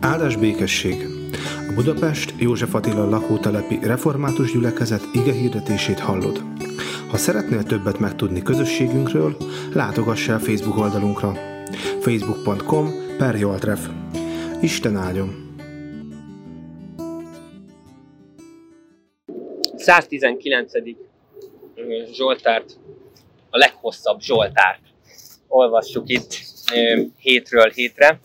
Áldás békesség! A Budapest József Attila lakótelepi református gyülekezet igehirdetését hallod. Ha szeretnél többet megtudni közösségünkről, látogass el Facebook oldalunkra. facebook.com/joltref. Isten áldjon! 119. Zsoltárt, a leghosszabb Zsoltárt olvassuk itt hétről hétre,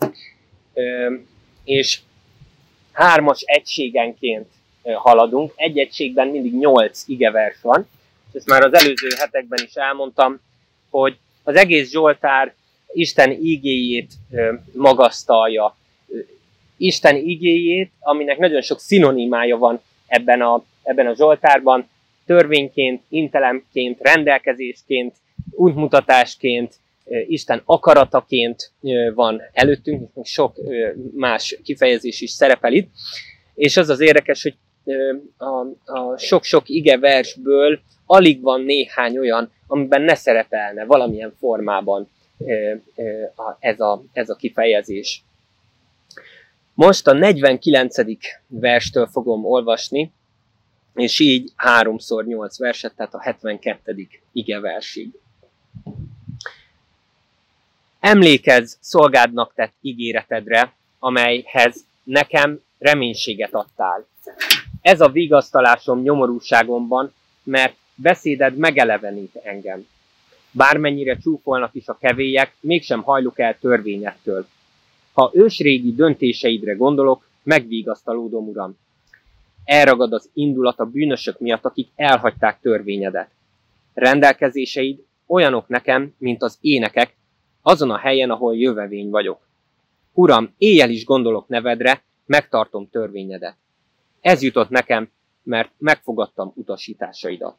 és 3-as egységenként haladunk. Egy egységben mindig 8 igevers van, és ezt már az előző hetekben is elmondtam, hogy az egész Zsoltár Isten igéjét magasztalja. Isten igéjét, aminek nagyon sok szinonimája van ebben a Zsoltárban, törvényként, intelemként, rendelkezésként, útmutatásként, Isten akarataként van előttünk, sok más kifejezés is szerepel itt. És az az érdekes, hogy a sok-sok igeversből alig van néhány olyan, amiben ne szerepelne valamilyen formában ez a kifejezés. Most a 49. verstől fogom olvasni, és így 3x8 verset, tehát a 72. igeversig. Emlékezz szolgádnak tett ígéretedre, amelyhez nekem reménységet adtál. Ez a vigasztalásom nyomorúságomban, mert beszéded megelevenít engem. Bármennyire csúfolnak is a kevélyek, mégsem hajlok el törvényettől. Ha ősrégi döntéseidre gondolok, megvigasztalódom, Uram. Elragad az indulat a bűnösök miatt, akik elhagyták törvényedet. Rendelkezéseid olyanok nekem, mint az énekek, azon a helyen, ahol jövevény vagyok. Uram, éjjel is gondolok nevedre, megtartom törvényedet. Ez jutott nekem, mert megfogadtam utasításaidat.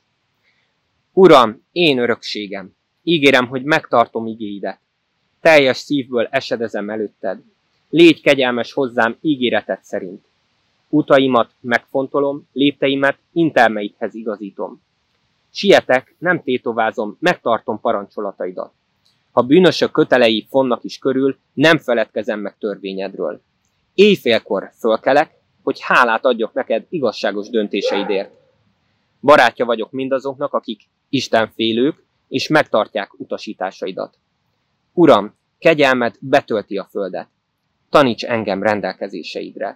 Uram, én örökségem, ígérem, hogy megtartom igéidet. Teljes szívből esedezem előtted. Légy kegyelmes hozzám ígéreted szerint. Utaimat megfontolom, lépteimet intelmeidhez igazítom. Sietek, nem tétovázom, megtartom parancsolataidat. Ha bűnösök kötelei fonnak is körül, nem feledkezem meg törvényedről. Éjfélkor fölkelek, hogy hálát adjak neked igazságos döntéseidért. Barátja vagyok mindazoknak, akik istenfélők, és megtartják utasításaidat. Uram, kegyelmed betölti a földet. Taníts engem rendelkezéseidre.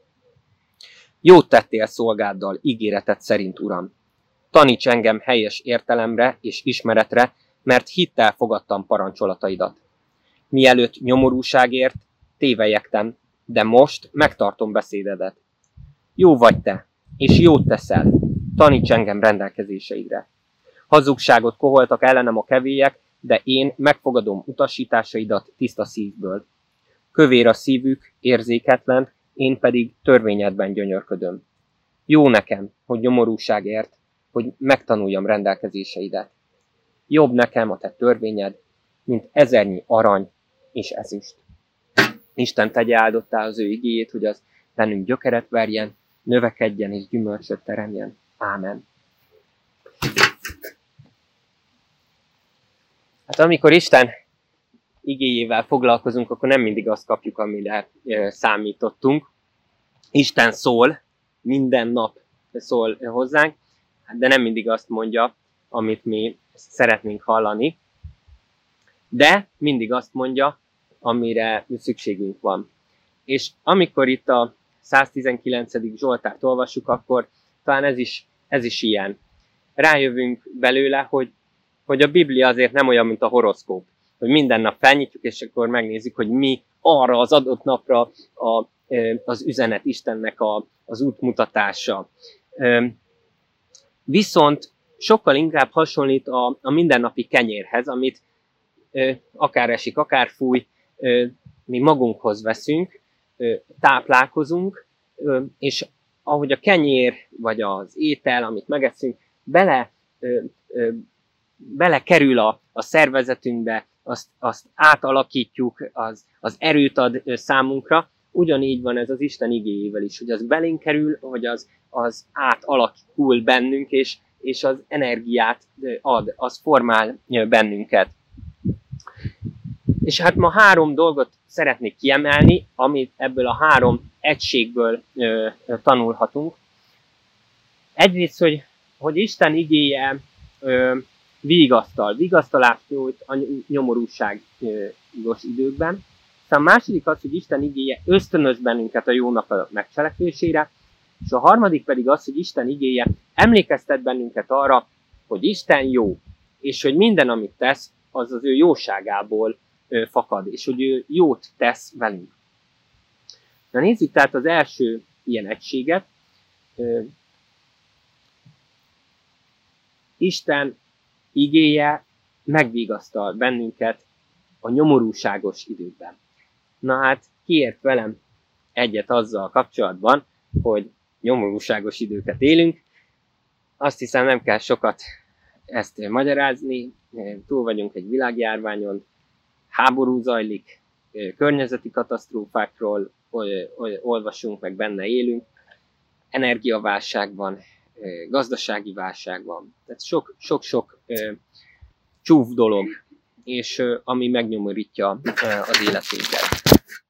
Jót tettél szolgáddal ígéreted szerint, Uram. Taníts engem helyes értelemre és ismeretre, mert hittel fogadtam parancsolataidat. Mielőtt nyomorúságért tévelyegtem, de most megtartom beszédedet. Jó vagy te, és jót teszel, taníts engem rendelkezéseidre. Hazugságot koholtak ellenem a kevélyek, de én megfogadom utasításaidat tiszta szívből. Kövér a szívük, érzéketlen, én pedig törvényedben gyönyörködöm. Jó nekem, hogy nyomorúságért, hogy megtanuljam rendelkezéseidet. Jobb nekem a te törvényed, mint 1000 arany és ezüst. Isten tegye áldottá az ő igéjét, hogy az bennünk gyökeret verjen, növekedjen és gyümölcsöt teremjen. Ámen. Hát amikor Isten igéjével foglalkozunk, akkor nem mindig azt kapjuk, amire számítottunk. Isten szól, minden nap szól hozzánk, de nem mindig azt mondja, amit mi szeretnénk hallani, de mindig azt mondja, amire szükségünk van. És amikor itt a 119. Zsoltárt olvassuk, akkor talán ez is ilyen. Rájövünk belőle, hogy a Biblia azért nem olyan, mint a horoszkóp, hogy minden nap felnyitjuk, és akkor megnézzük, hogy mi arra az adott napra az üzenet Istennek az útmutatása. Viszont sokkal inkább hasonlít a mindennapi kenyérhez, amit akár esik, akár fúj, mi magunkhoz veszünk, táplálkozunk, és ahogy a kenyér, vagy az étel, amit megeszünk, belekerül a szervezetünkbe, azt átalakítjuk, az erőt ad számunkra, ugyanígy van ez az Isten igéjével is, hogy az belénk kerül, hogy az átalakul bennünk, és az energiát ad, az formál bennünket. És hát ma 3 dolgot szeretnék kiemelni, amit ebből a 3 egységből tanulhatunk. Egyrészt, hogy Isten igéje vigasztalást nyújt a nyomorúságos időkben. Aztán a második az, hogy Isten igéje ösztönöz bennünket a jónak a megcselekvésére, és a harmadik pedig az, hogy Isten igéje emlékeztet bennünket arra, hogy Isten jó, és hogy minden, amit tesz, az az ő jóságából fakad, és hogy ő jót tesz velünk. Na nézzük tehát az első ilyen egységet. Isten igéje megvigasztal bennünket a nyomorúságos időkben. Na hát, kiért velem egyet azzal kapcsolatban, hogy nyomorúságos időket élünk. Azt hiszem, nem kell sokat ezt magyarázni. Túl vagyunk egy világjárványon, háború zajlik, környezeti katasztrófákról olvasunk, meg benne élünk, energiaválságban, gazdasági válságban. Tehát sok-sok csúf dolog, és ami megnyomorítja az életünket.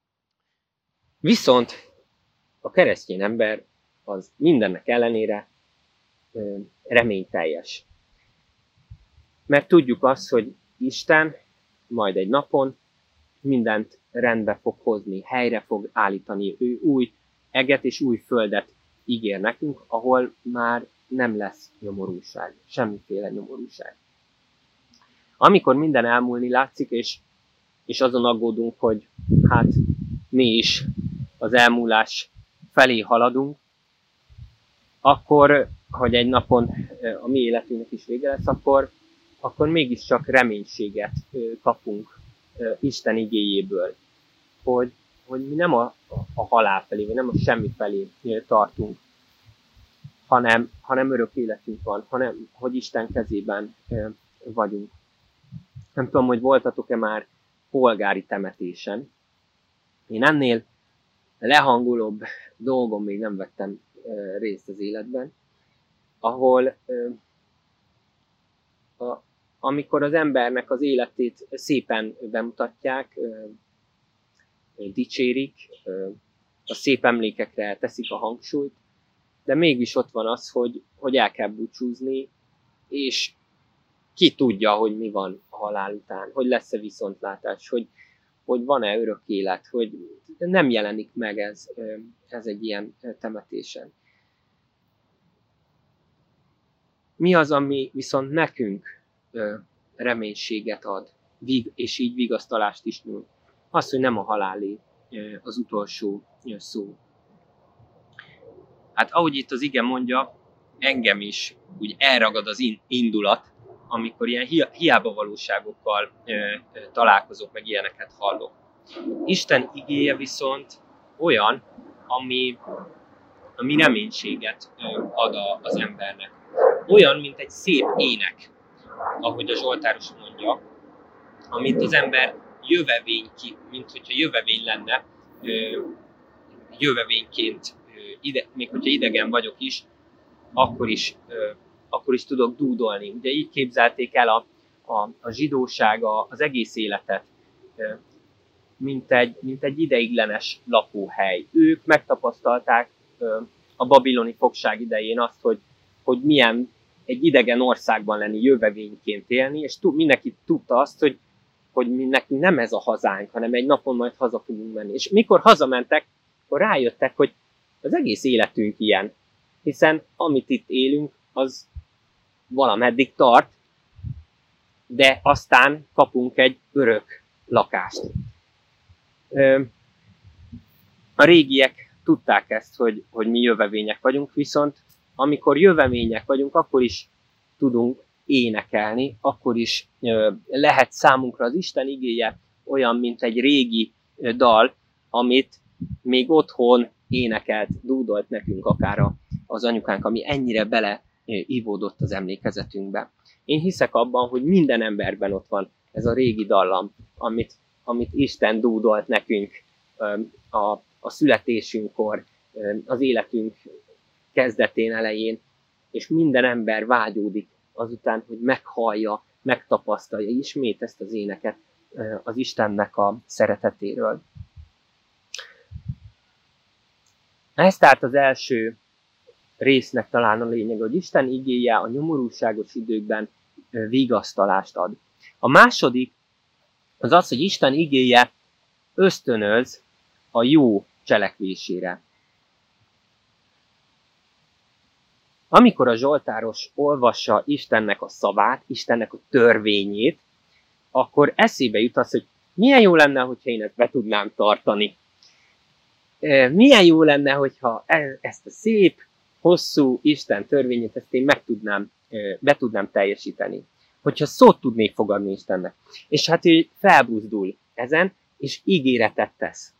Viszont a keresztény ember az mindennek ellenére reményteljes. Mert tudjuk azt, hogy Isten majd egy napon mindent rendbe fog hozni, helyre fog állítani. Ő új eget és új földet ígér nekünk, ahol már nem lesz nyomorúság, semmiféle nyomorúság. Amikor minden elmúlni látszik, és azon aggódunk, hogy hát mi is az elmúlás felé haladunk, akkor, hogy egy napon a mi életünknek is vége lesz, akkor mégiscsak reménységet kapunk Isten igéjéből, hogy mi nem a halál felé, vagy nem a semmi felé tartunk, hanem örök életünk van, hanem hogy Isten kezében vagyunk. Nem tudom, hogy voltatok-e már polgári temetésen. Én ennél lehangolóbb dolgon még nem vettem részt az életben, ahol amikor az embernek az életét szépen bemutatják, dicsérik, a szép emlékekre teszik a hangsúlyt, de mégis ott van az, hogy el kell búcsúzni, és ki tudja, hogy mi van a halál után, hogy lesz-e viszontlátás, hogy van-e örök élet, hogy nem jelenik meg ez egy ilyen temetésen. Mi az, ami viszont nekünk reménységet ad, és így vigasztalást is nyújt? Az, hogy nem a halálé az utolsó szó. Hát ahogy itt az ige mondja, engem is úgy elragad az indulat, amikor ilyen hiába valóságokkal találkozok, meg ilyeneket hallok. Isten igéje viszont olyan, ami reménységet ad az embernek. Olyan, mint egy szép ének, ahogy a Zsoltáros mondja, amit az ember mint hogyha jövevény lenne, jövevényként, még hogyha idegen vagyok is, akkor is tudok dúdolni. Ugye így képzelték el a zsidóság az egész életet, mint egy ideiglenes lakóhely. Ők megtapasztalták a babiloni fogság idején azt, hogy milyen egy idegen országban lenni, jövevényként élni, és mindenki tudta azt, hogy mi nekünk nem ez a hazánk, hanem egy napon majd haza fogunk menni. És mikor hazamentek, akkor rájöttek, hogy az egész életünk ilyen. Hiszen amit itt élünk, az valameddig tart, de aztán kapunk egy örök lakást. A régiek tudták ezt, hogy mi jövevények vagyunk, viszont amikor jövevények vagyunk, akkor is tudunk énekelni, akkor is lehet számunkra az Isten igéje olyan, mint egy régi dal, amit még otthon énekelt, dúdolt nekünk akár az anyukánk, ami ennyire beleivódott az emlékezetünkbe. Én hiszek abban, hogy minden emberben ott van ez a régi dallam, amit Isten dúdolt nekünk a születésünkkor, az életünk kezdetén, elején, és minden ember vágyódik azután, hogy meghallja, megtapasztalja ismét ezt az éneket, az Istennek a szeretetéről. Ez tehát az első résznek talán a lényeg, hogy Isten igéje a nyomorúságos időkben vigasztalást ad. A második az az, hogy Isten igéje ösztönöz a jó cselekvésére. Amikor a zsoltáros olvassa Istennek a szavát, Istennek a törvényét, akkor eszébe jut az, hogy milyen jó lenne, hogyha én ezt be tudnám tartani. Milyen jó lenne, hogyha ezt a szép, hosszú Isten törvényét, ezt én be tudnám teljesíteni. Hogyha szót tudnék fogadni Istennek. És hát ő felbuzdul ezen, és ígéretet tesz.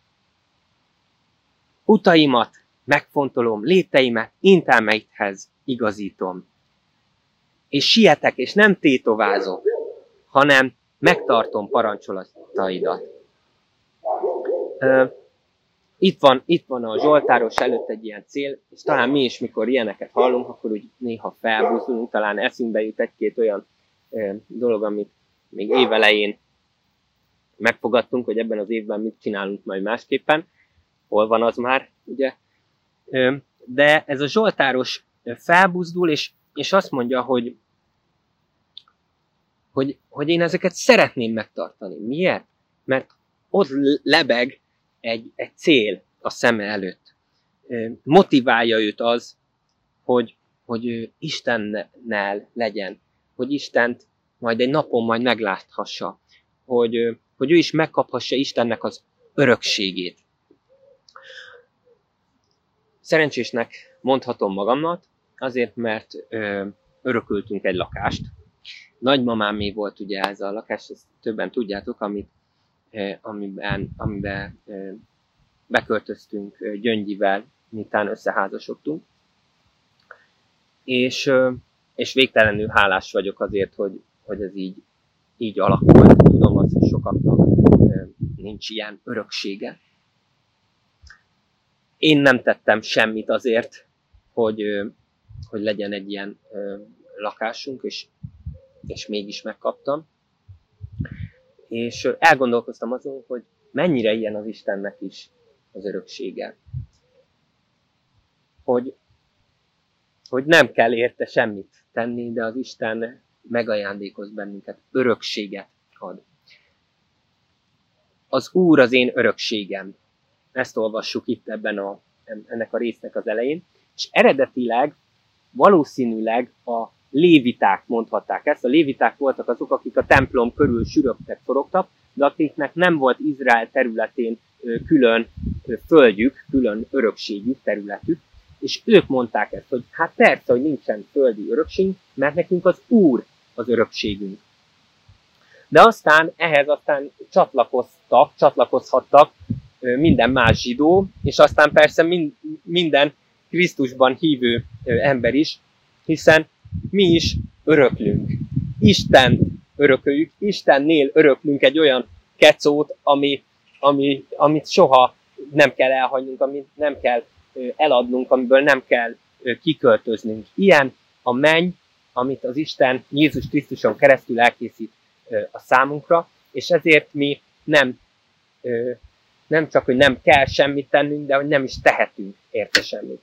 Utaimat megfontolom, léteimet intelmeidhez igazítom. És sietek, és nem tétovázok, hanem megtartom parancsolataidat. Itt van a zsoltáros előtt egy ilyen cél, és talán mi is, mikor ilyeneket hallunk, akkor úgy néha felbuzdulunk, talán eszünkbe jut egy-két olyan dolog, amit még évelején megfogadtunk, hogy ebben az évben mit csinálunk majd másképpen. Hol van az már, ugye? De ez a zsoltáros felbuzdul, és azt mondja, hogy én ezeket szeretném megtartani. Miért? Mert ott lebeg egy cél a szeme előtt. Motiválja őt az, hogy Istennel legyen, hogy Istent majd egy napon majd megláthassa, hogy ő is megkaphassa Istennek az örökségét. Szerencsésnek mondhatom magamnak, azért, mert örököltünk egy lakást. Nagymamámé volt ugye ez a lakás, ezt többen tudjátok, amiben beköltöztünk Gyöngyivel, miután összeházasodtunk. És végtelenül hálás vagyok azért, hogy ez így alakult. Tudom azt, hogy sokaknak nincs ilyen öröksége. Én nem tettem semmit azért, hogy legyen egy ilyen lakásunk, és mégis megkaptam. És elgondolkoztam azon, hogy mennyire ilyen az Istennek is az öröksége. Hogy nem kell érte semmit tenni, de az Isten megajándékoz bennünket, örökséget ad. Az Úr az én örökségem. Ezt olvassuk itt ennek a résznek az elején. És eredetileg, valószínűleg a léviták mondhatták ezt. A léviták voltak azok, akik a templom körül sürögtek, forogtak, de akiknek nem volt Izrael területén külön földjük, külön örökségük, területük, és ők mondták ezt, hogy hát persze, hogy nincsen földi örökségünk, mert nekünk az Úr az örökségünk. De aztán ehhez csatlakozhattak minden más zsidó, és aztán persze minden Krisztusban hívő ember is, hiszen mi is öröklünk. Isten örököljük, Istennél öröklünk egy olyan kecót, amit soha nem kell elhagynunk, amit nem kell eladnunk, amiből nem kell kiköltöznünk. Ilyen a menny, amit az Isten Jézus Krisztuson keresztül elkészít a számunkra, és ezért mi nem csak, hogy nem kell semmit tennünk, de hogy nem is tehetünk érte semmit.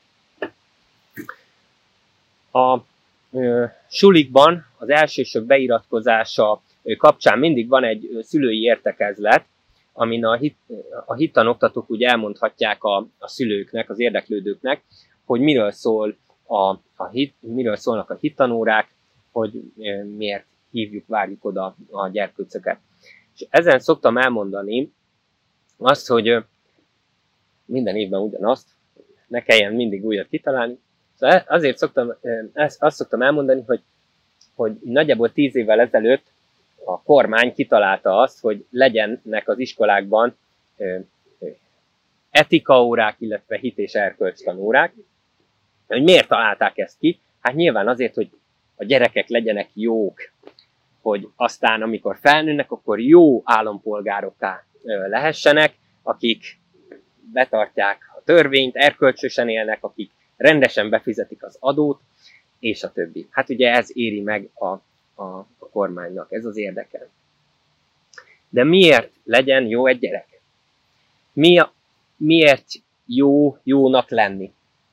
A sulikban az elsősök beiratkozása kapcsán mindig van egy szülői értekezlet, amin a hittanoktatók úgy elmondhatják a szülőknek, az érdeklődőknek, hogy miről szólnak a hittanórák, hogy miért várjuk oda a gyerkőcöket. És ezen szoktam elmondani azt, hogy minden évben ugyanazt, ne kelljen mindig újat kitalálni. Szóval azért azt szoktam elmondani, hogy nagyjából 10 évvel ezelőtt a kormány kitalálta azt, hogy legyenek az iskolákban etikaórák, illetve hit- és erkölcstanórák. Hogy miért találták ezt ki? Hát nyilván azért, hogy a gyerekek legyenek jók, hogy aztán amikor felnőnek, akkor jó állampolgárokká lehessenek, akik betartják a törvényt, erkölcsösen élnek, akik rendesen befizetik az adót, és a többi. Hát ugye ez éri meg a kormánynak, ez az érdeke. De miért legyen jó egy gyerek? Miért jó jónak lenni?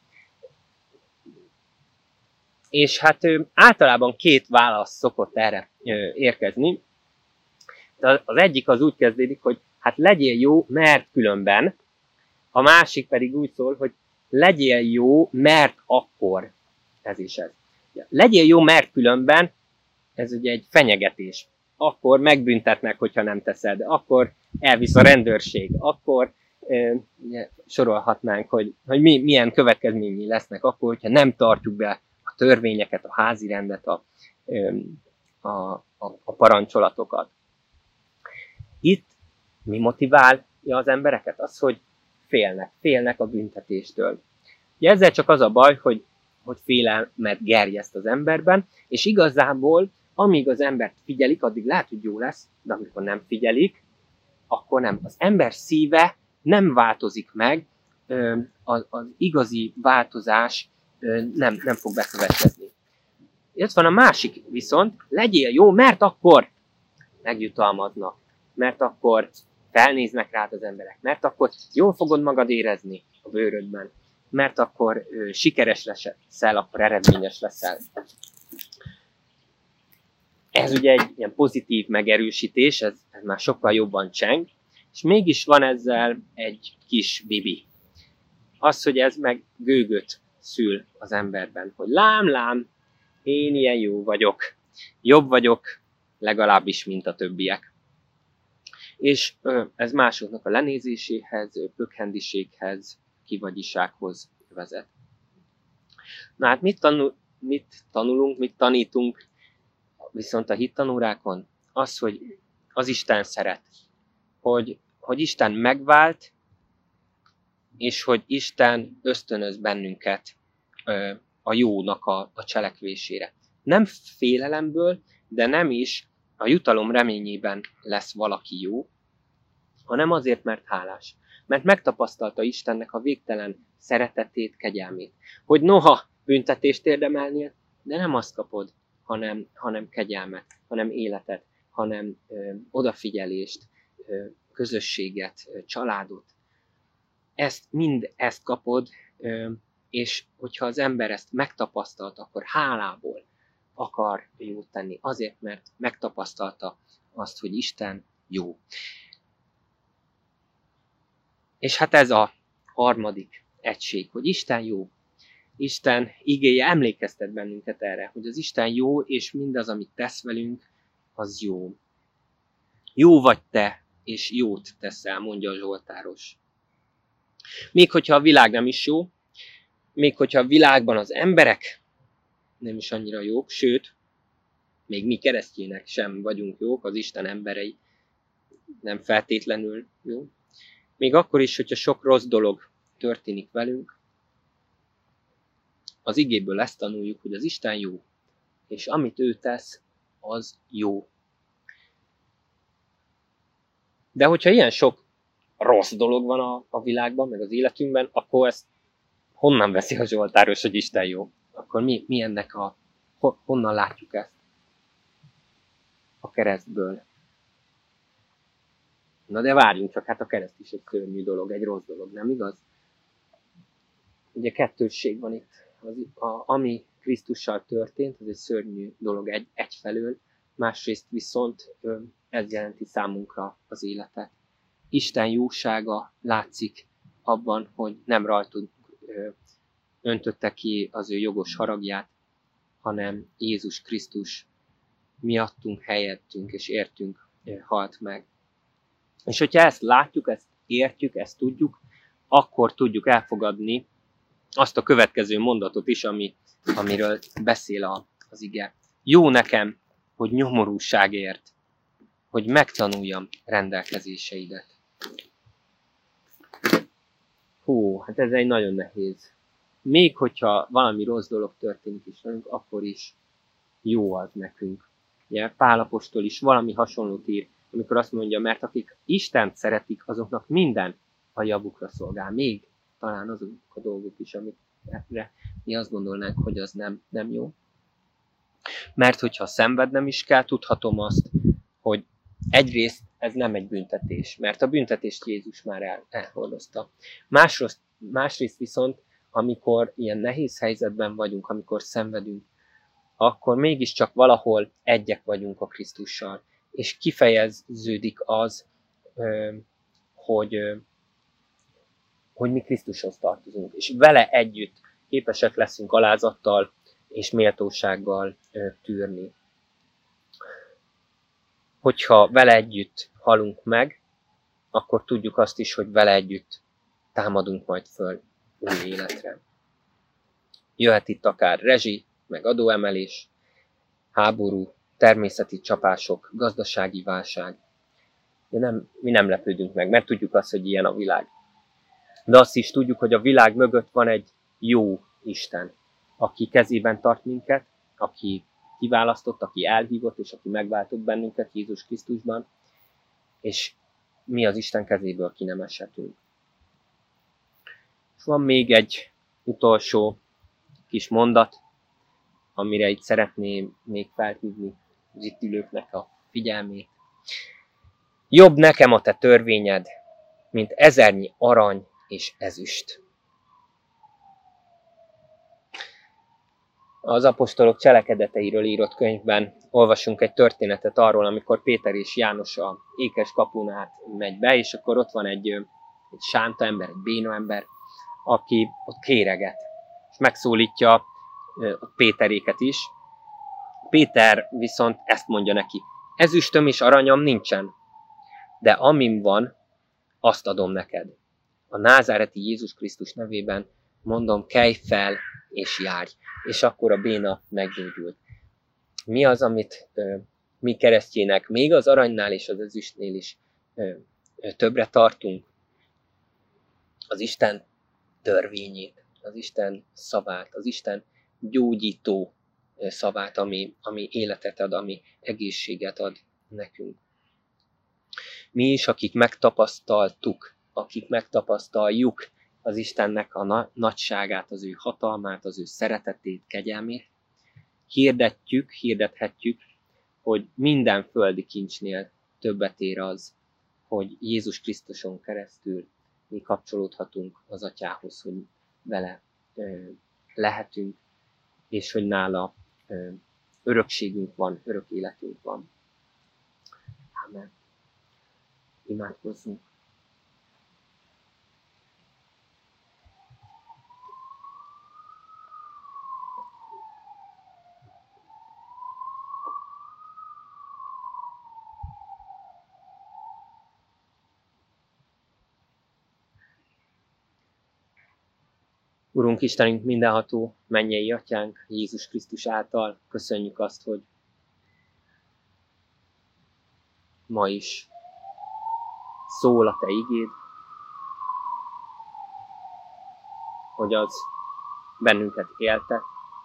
És hát általában két válasz szokott erre érkezni. Az egyik az úgy kezdődik, hogy hát legyél jó, mert különben. A másik pedig úgy szól, hogy legyél jó, mert akkor. Ez is ez. Legyél jó, mert különben, ez ugye egy fenyegetés. Akkor megbüntetnek, hogyha nem teszed. Akkor elvisz a rendőrség. Akkor sorolhatnánk, hogy milyen következményei lesznek akkor, hogyha nem tartjuk be a törvényeket, a házi rendet, a parancsolatokat. Itt mi motiválja az embereket? Az, hogy félnek a büntetéstől. Ugye ezzel csak az a baj, hogy félelmet gerjeszt az emberben, és igazából, amíg az embert figyelik, addig lehet, hogy jó lesz, de amikor nem figyelik, akkor nem. Az ember szíve nem változik meg, az igazi változás nem fog bekövetkezni. Itt van a másik viszont, legyél jó, mert akkor megjutalmaznak, mert akkor felnéznek rád az emberek, mert akkor jól fogod magad érezni a bőrödben, mert akkor sikeres leszel, akkor eredményes leszel. Ez ugye egy ilyen pozitív megerősítés, ez már sokkal jobban cseng, és mégis van ezzel egy kis bibi. Az, hogy ez meg gőgöt szül az emberben, hogy lám, én ilyen jó vagyok, jobb vagyok legalábbis, mint a többiek. És ez másoknak a lenézéséhez, pökhendiséghez, kivagyisághoz vezet. Na hát mit tanulunk, mit tanítunk viszont a hittanórákon? Az, hogy az Isten szeret, hogy Isten megvált, és hogy Isten ösztönöz bennünket a jónak a cselekvésére. Nem félelemből, de nem is a jutalom reményében lesz valaki jó, hanem azért, mert hálás. Mert megtapasztalta Istennek a végtelen szeretetét, kegyelmét. Hogy noha büntetést érdemelnél, de nem azt kapod, hanem kegyelmet, hanem életet, hanem odafigyelést, közösséget, családot. Ezt kapod, és hogyha az ember ezt megtapasztalta, akkor hálából akar jót tenni. Azért, mert megtapasztalta azt, hogy Isten jó. És hát ez a harmadik egység, hogy Isten jó. Isten igéje emlékeztet bennünket erre, hogy az Isten jó, és mindaz, amit tesz velünk, az jó. Jó vagy te, és jót teszel, mondja a Zsoltáros. Még hogyha a világ nem is jó, még hogyha a világban az emberek nem is annyira jók, sőt, még mi keresztjének sem vagyunk jók, az Isten emberei nem feltétlenül jó. Még akkor is, hogyha sok rossz dolog történik velünk, az igéből ezt tanuljuk, hogy az Isten jó, és amit ő tesz, az jó. De hogyha ilyen sok rossz dolog van a világban, meg az életünkben, akkor ezt honnan veszi a Zsoltáros, hogy Isten jó? Akkor mi ennek honnan látjuk ezt? A keresztből. Na de várjunk csak, hát a kereszt is egy szörnyű dolog, egy rossz dolog, nem igaz? Ugye kettősség van itt. Ami Krisztussal történt, az egy szörnyű dolog egyfelől, másrészt viszont ez jelenti számunkra az életet. Isten jósága látszik abban, hogy nem rajtunk öntötte ki az ő jogos haragját, hanem Jézus Krisztus miattunk, helyettünk és értünk halt meg. És hogyha ezt látjuk, ezt értjük, ezt tudjuk, akkor tudjuk elfogadni azt a következő mondatot is, amiről beszél az ige. Jó nekem, hogy nyomorúságért, hogy megtanuljam rendelkezéseidet. Hú, hát ez egy nagyon nehéz. Még hogyha valami rossz dolog történik is velünk, akkor is jó az nekünk. Ugye, Pál apostol is valami hasonlót ír, amikor azt mondja, mert akik Istent szeretik, azoknak minden a javukra szolgál. Még talán azok a dolgok is, amikre mi azt gondolnánk, hogy az nem jó. Mert hogyha szenvednem is kell, tudhatom azt, hogy egyrészt ez nem egy büntetés, mert a büntetést Jézus már elhordozta. Másrészt viszont, amikor ilyen nehéz helyzetben vagyunk, amikor szenvedünk, akkor mégiscsak valahol egyek vagyunk a Krisztussal, és kifejeződik az, hogy mi Krisztushoz tartozunk, és vele együtt képesek leszünk alázattal és méltósággal tűrni. Hogyha vele együtt halunk meg, akkor tudjuk azt is, hogy vele együtt támadunk majd föl új életre. Jöhet itt akár rezsi, meg adóemelés, háború, természeti csapások, gazdasági válság. De mi nem lepődünk meg, mert tudjuk azt, hogy ilyen a világ. De azt is tudjuk, hogy a világ mögött van egy jó Isten, aki kezében tart minket, aki kiválasztott, aki elhívott, és aki megváltott bennünket Jézus Krisztusban, és mi az Isten kezéből ki nem eshetünk. És van még egy utolsó kis mondat, amire itt szeretném még felhívni az itt ülőknek a figyelmét. Jobb nekem a te törvényed, mint ezernyi arany és ezüst. Az apostolok cselekedeteiről írott könyvben olvasunk egy történetet arról, amikor Péter és János a ékes kapun át megy be, és akkor ott van egy sánta ember, egy béna ember, aki ott kéreget, és megszólítja a Péteréket is. Péter viszont ezt mondja neki, ezüstöm és aranyam nincsen, de amim van, azt adom neked. A názáreti Jézus Krisztus nevében mondom, kelj fel és járj. És akkor a béna meggyógyult. Mi az, amit mi keresztjének még az aranynál és az ezüstnél is többre tartunk? Az Isten törvényét, az Isten szavát, az Isten gyógyító szavát, ami életet ad, ami egészséget ad nekünk. Mi is, akik megtapasztaljuk az Istennek a nagyságát, az ő hatalmát, az ő szeretetét, kegyelmét, hirdethetjük, hogy minden földi kincsnél többet ér az, hogy Jézus Krisztuson keresztül mi kapcsolódhatunk az Atyához, hogy vele lehetünk, és hogy nála örökségünk van, örök életünk van. Amen. Imádkozzunk. Urunk Istenünk, mindenható mennyei Atyánk, Jézus Krisztus által köszönjük azt, hogy ma is szól a Te igéd, hogy az bennünket éltet,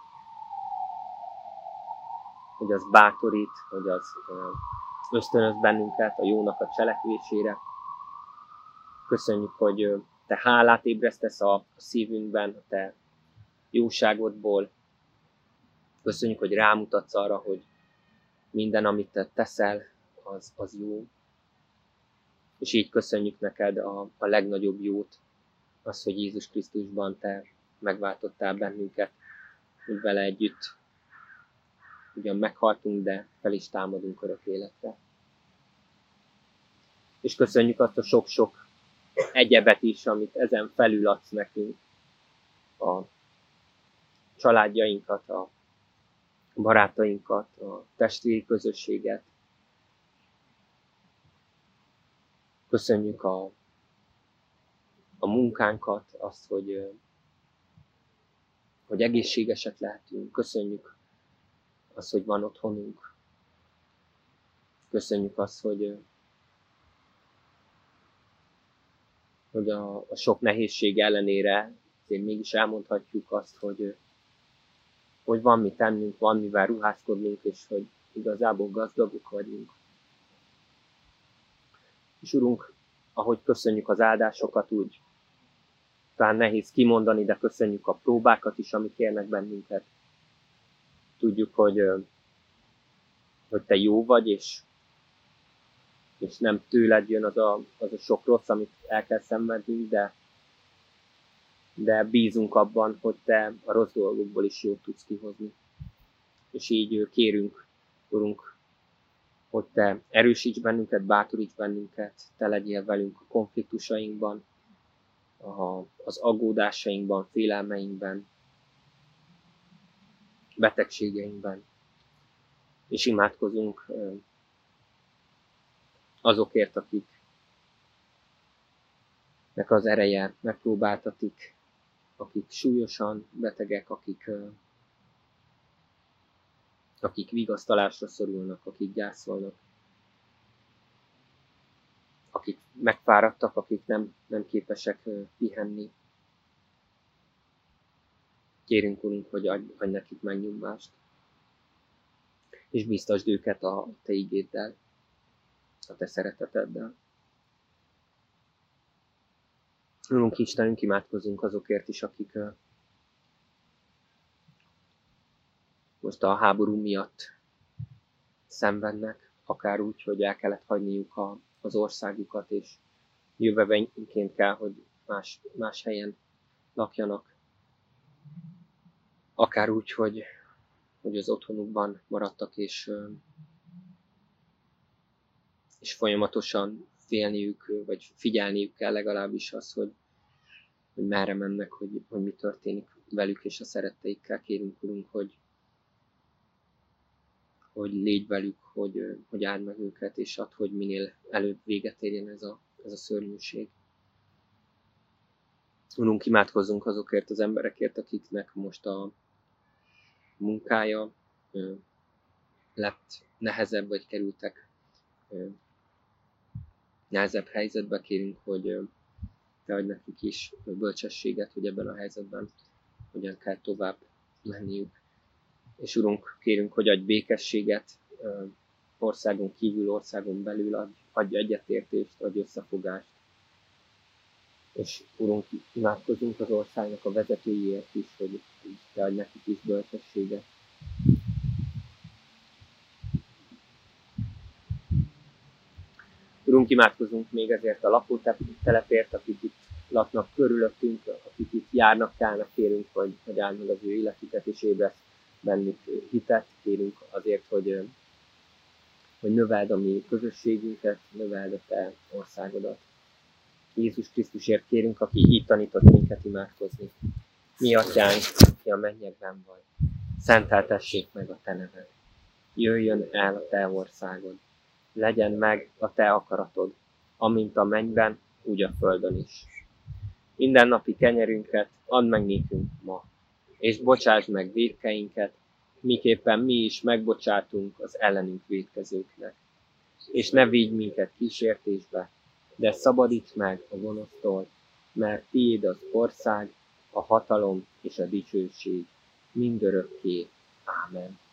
hogy az bátorít, hogy az ösztönöz bennünket a jónak a cselekvésére. Köszönjük, hogy Te hálát ébresztesz a szívünkben, a Te jóságodból. Köszönjük, hogy rámutatsz arra, hogy minden, amit Te teszel, az jó. És így köszönjük neked a legnagyobb jót, az, hogy Jézus Krisztusban Te megváltottál bennünket, hogy vele együtt ugyan meghaltunk, de fel is támadunk örök életre. És köszönjük azt a sok-sok egyebet is, amit ezen felül adsz nekünk, a családjainkat, a barátainkat, a testvéri közösséget. Köszönjük a munkánkat, azt, hogy egészségesek lehetünk. Köszönjük azt, hogy van otthonunk. Köszönjük azt, hogy a sok nehézség ellenére azért mégis elmondhatjuk azt, hogy van mit tennünk, van mivel ruházkodnunk, és hogy igazából gazdagok vagyunk. És Urunk, ahogy köszönjük az áldásokat, úgy talán nehéz kimondani, de köszönjük a próbákat is, amik érnek bennünket. Tudjuk, hogy Te jó vagy, és és nem tőled jön az a sok rossz, amit el kell szenvednünk, de bízunk abban, hogy te a rossz dolgokból is jót tudsz kihozni. És így kérünk, Urunk, hogy te erősíts bennünket, bátoríts bennünket, te legyél velünk a konfliktusainkban, az aggódásainkban, félelmeinkben, betegségeinkben. És imádkozunk azokért, akiknek az ereje megpróbáltatik, akik súlyosan betegek, akik vigasztalásra szorulnak, akik gyászolnak, akik megfáradtak, akik nem képesek pihenni. Kérünk, Urunk, hogy adj nekik megnyugvást, és biztasd őket a te igéddel, a te szereteteddel. Urunk Istenünk, imádkozunk azokért is, akik most a háború miatt szenvednek, akár úgy, hogy el kellett hagyniuk az országukat, és jövevenként kell, hogy más helyen lakjanak. Akár úgy, hogy az otthonukban maradtak, és folyamatosan félniük, vagy figyelniük kell legalábbis az, hogy merre mennek, hogy mi történik velük és a szeretteikkel. Kérünk, Urunk, hogy légy velük, hogy áld meg őket, és add, hogy minél előbb véget érjen ez a szörnyűség. Urunk, imádkozzunk azokért az emberekért, akiknek most a munkája lett nehezebb, vagy kerültek nehezebb helyzetbe. Kérünk, hogy te adj nekik is bölcsességet, hogy ebben a helyzetben hogyan kell tovább menniük. És Urunk, kérünk, hogy adj békességet országon kívül, országon belül, adj egyetértést, adj összefogást. És Urunk, imádkozunk az országnak a vezetőiért is, hogy te adj nekik is bölcsességet. Urunk, imádkozunk még ezért a lakótelepért, akik itt laknak körülöttünk, akik itt járnak, kellnek, kérünk, hogy áld meg az ő életüket, és ébresz bennük hitet. Kérünk azért, hogy növeld a mi közösségünket, növeld a te országodat. Jézus Krisztusért kérünk, aki így tanított minket imádkozni. Mi atyánk, aki a mennyekben vagy, szenteltessék meg a te neved. Jöjjön el a te országod. Legyen meg a te akaratod, amint a mennyben, úgy a földön is. Mindennapi kenyerünket add meg nékünk ma, és bocsásd meg vétkeinket, miképpen mi is megbocsátunk az ellenünk vétkezőknek. És ne vigy minket kísértésbe, de szabadíts meg a gonosztól, mert tiéd az ország, a hatalom és a dicsőség mindörökké. Ámen.